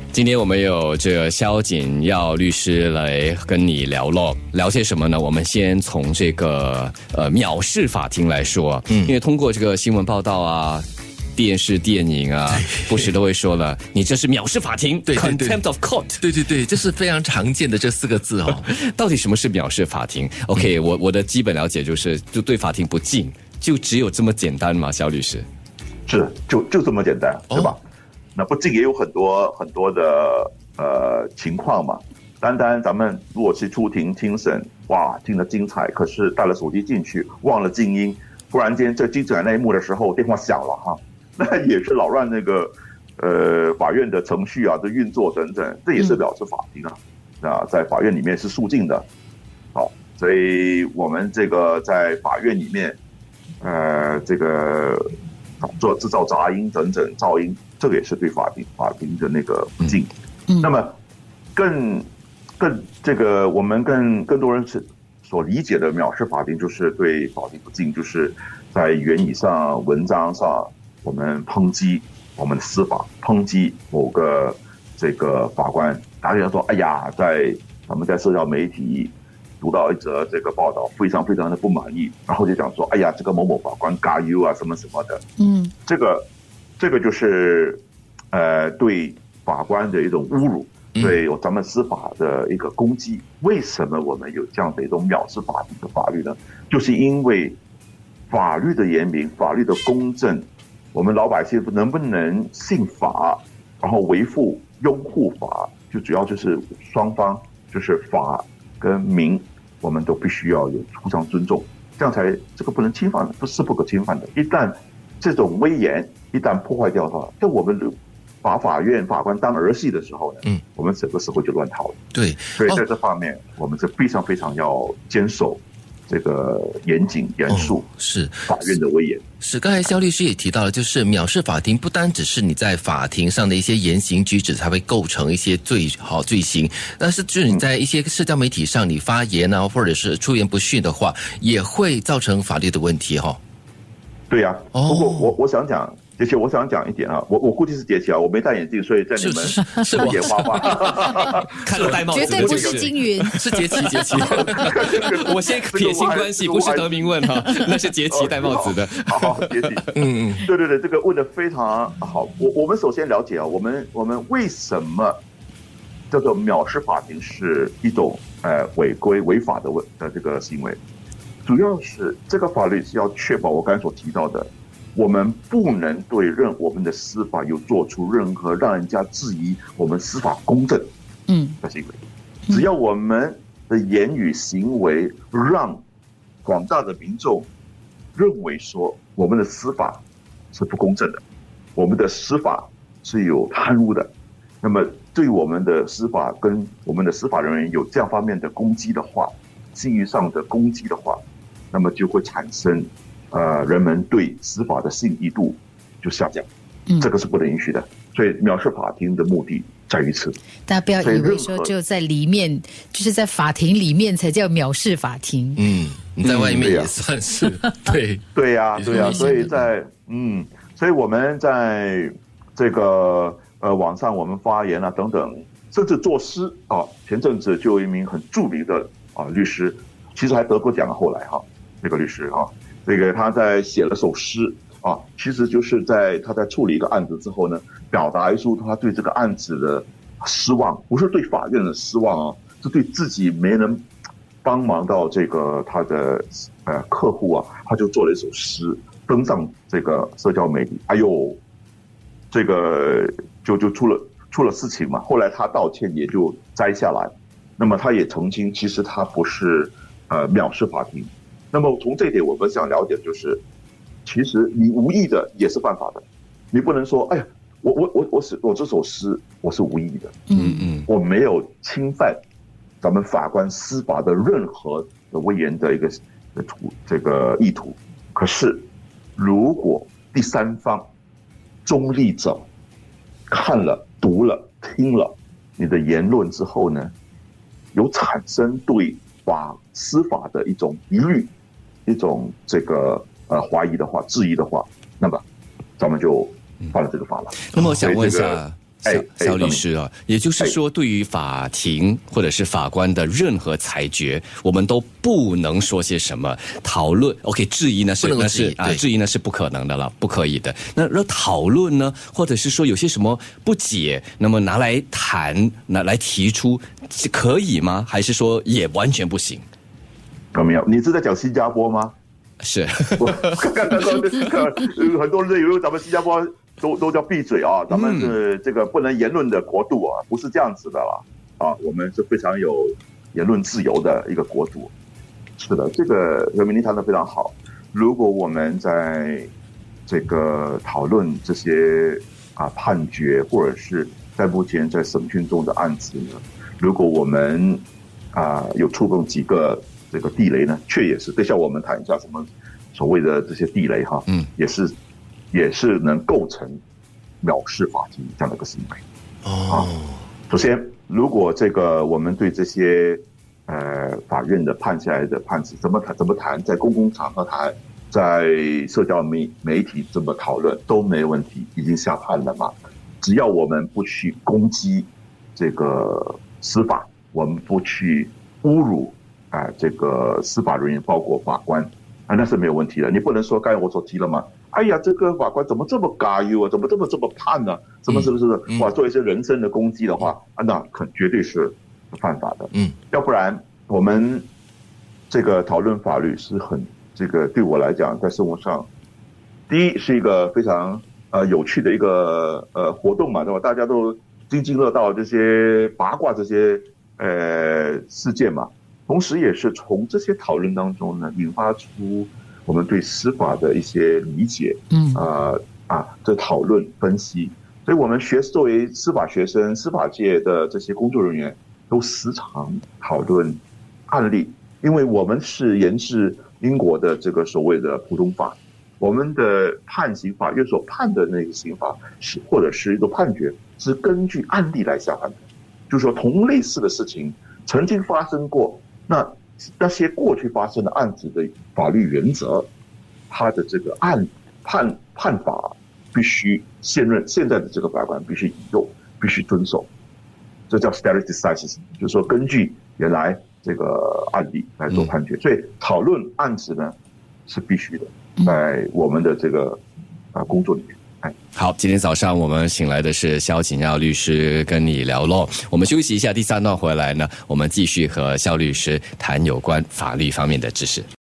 今天我们有这个萧锦耀律师来跟你聊些什么呢？我们先从这个藐视法庭来说，因为通过这个新闻报道啊、电视电影啊，不时都会说了，你这是藐视法庭， 对 contempt of court。 对对对，这是非常常见的这4个字哦。 到底什么是藐视法庭？OK，我的基本了解就是对法庭不敬，就只有这么简单吗？萧律师？ 是，就这么简单，是吧？那不敬也有很多的情况嘛。单咱们如果是出庭听审，哇，听得精彩，可是带了手机进去，忘了静音，忽然间这精彩那一幕的时候，电话响了哈，那也是扰乱那个法院的程序啊的运作等等，这也是藐视法庭啊。在法院里面是肃静的，好，所以我们这个在法院里面，这个做制造杂音等等噪音，这个也是对法庭的那个不敬。那么更这个我们更多人是所理解的藐视法庭，就是对法庭不敬，就是在言语上、文章上，我们抨击我们的司法，抨击某个这个法官。大家说，哎呀，咱们在社交媒体读到一则这个报道，非常非常的不满意，然后就讲说，哎呀，这个某某法官嘎 you 啊，什么什么的。这个就是对法官的一种侮辱，对咱们司法的一个攻击。为什么我们有这样的一种藐视法庭的法律呢？就是因为法律的严明，法律的公正，我们老百姓能不能信法，然后拥护法，就主要就是双方，就是法跟民，我们都必须要有互相尊重，这样才这个不能侵犯，不可侵犯的。一旦这种威严一旦破坏掉的话，那我们把法院法官当儿戏的时候呢，我们整个社会就乱套了。 对， 所以在这方面，我们是非常非常要坚守这个严谨严肃，是法院的威严。 是，刚才萧律师也提到了，就是藐视法庭不单只是你在法庭上的一些言行举止才会构成一些罪行，但是就是你在一些社交媒体上你发言啊，或者是出言不逊的话，也会造成法律的问题哈。 对呀，不过我想讲。杰奇，我想讲一点啊，我估计是杰奇啊，我没戴眼镜，所以在你们是眼花花， 看了戴帽子， 绝对不是金云， 是杰奇。我先撇清关系，不是德明问哈，那是杰奇戴帽子的。 好，杰奇，对，这个问得非常好。我们首先了解啊，我们为什么叫做藐视法庭是一种违法的这个行为，主要是这个法律是要确保我刚才所提到的。我们不能对我们的司法有做出任何让人家质疑我们司法公正的行为。只要我们的言语行为让广大的民众认为说我们的司法是不公正的，我们的司法是有贪污的，那么对我们的司法跟我们的司法人员有这样方面的攻击的话，信誉上的攻击的话，那么就会产生人们对司法的信誉度就下降，这个是不能允许的。所以藐视法庭的目的在于此。 大家不要以为说只有在里面，就是在法庭里面才叫藐视法庭。 你在外面也算是对呀。所以所以我们在这个网上我们发言啊等等，甚至作诗啊，前阵子就有一名很著名的律师，其实还得过奖，后来那个律师这个他在写了首诗其实就是他在处理一个案子之后呢，表达出他对这个案子的失望，不是对法院的失望是对自己没能帮忙到这个他的客户他就做了一首诗登上这个社交媒体，哎呦，这个就出了事情嘛。后来他道歉也就摘下来，那么他也澄清，其实他不是藐视法庭。那么从这一点我们想了解就是其实你无意的也是犯法的，你不能说哎呀我这首诗我是无意的，我没有侵犯咱们法官司法的任何的威严的一个这个意图。可是如果第三方中立者看了读了听了你的言论之后呢，有产生对司法的一种疑虑，一种这个怀疑的话质疑的话，那么咱们就犯了这个法了。 那么我想问一下肖律师啊，也就是说，对于法庭或者是法官的任何裁决，我们都不能说些什么讨论。OK， 质疑呢是质疑呢是不可能的了，不可以的。那讨论呢，或者是说有些什么不解，那么拿来谈，拿来提出，可以吗？还是说也完全不行？ 没有，你是在讲新加坡吗？ 是， 我刚刚说很多人以为咱们新加坡都叫闭嘴啊，咱们是这个不能言论的国度啊，不是这样子的啦啊，我们是非常有言论自由的一个国度。是的，这个人民您谈得非常好。如果我们在这个讨论这些判决，或者是在目前在审讯中的案子呢，如果我们有触碰几个这个地雷呢，也是等一下我们谈一下什么所谓的这些地雷哈，也是能构成藐视法庭这样的一个行为。首先，如果这个我们对这些法院的判下来的判词怎么谈，在公共场合谈，在社交媒体怎么讨论都没问题，已经下判了嘛。只要我们不去攻击这个司法，我们不去侮辱这个司法人员，包括法官那是没有问题的。你不能说刚才我所提了嘛，哎呀，这个法官怎么这么嘎优啊？怎么这么判呢？是不是？哇，做一些人身的攻击的话，那绝对是犯法的。要不然我们这个讨论法律是很这个对我来讲，在生活上，第一是一个非常有趣的一个活动嘛，对吧？大家都津津乐道这些八卦这些事件嘛，同时也是从这些讨论当中呢，引发出我们对司法的一些理解，这讨论分析。所以我们作为司法学生、司法界的这些工作人员，都时常讨论案例，因为我们是研制英国的这个所谓的普通法，我们的判刑法院所判的那个刑法是或者是一个判决是根据案例来下判的，就是说同类似的事情曾经发生过，那些过去发生的案子的法律原则，它的这个判法必须现在的这个法官必须引用，必须遵守，这叫 stare decisis， 就是说根据原来这个案例来做判决。所以讨论案子呢是必须的，在我们的这个工作里面。 好，今天早上我们请来的是肖锦耀律师跟你聊咯。我们休息一下，第3段回来呢，我们继续和肖律师谈有关法律方面的知识。